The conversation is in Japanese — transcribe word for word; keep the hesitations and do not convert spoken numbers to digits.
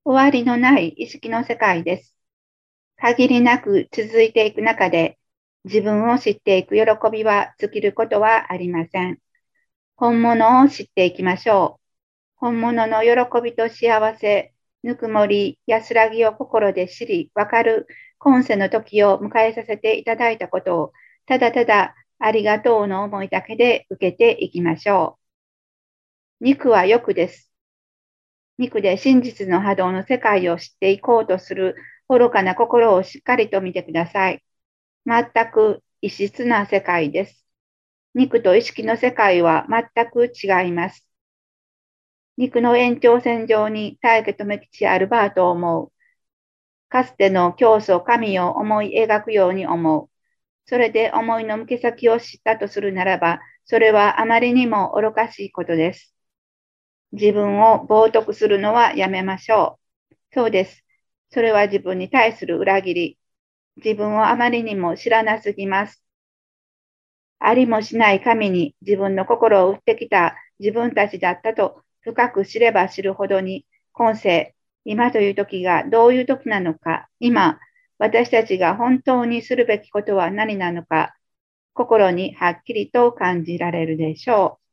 終わりのない意識の世界です。限りなく続いていく中で、自分を知っていく喜びは尽きることはありません。本物を知っていきましょう。本物の喜びと幸せ、ぬくもり、安らぎを心で知り、わかる今世の時を迎えさせていただいたことを、ただただありがとうの思いだけで受けていきましょう。肉は欲です。肉で真実の波動の世界を知っていこうとする愚かな心をしっかりと見てください。全く異質な世界です。肉と意識の世界は全く違います。肉の延長線上に大家留吉アルバートを思う。かつての教祖神を思い描くように思う。それで思いの向け先を知ったとするならば、それはあまりにも愚かしいことです。自分を冒涜するのはやめましょう。そうです。それは自分に対する裏切り。自分をあまりにも知らなすぎます。ありもしない神に自分の心を打ってきた自分たちだったと深く知れば知るほどに、今世、今という時がどういう時なのか、今、私たちが本当にするべきことは何なのか、心にはっきりと感じられるでしょう。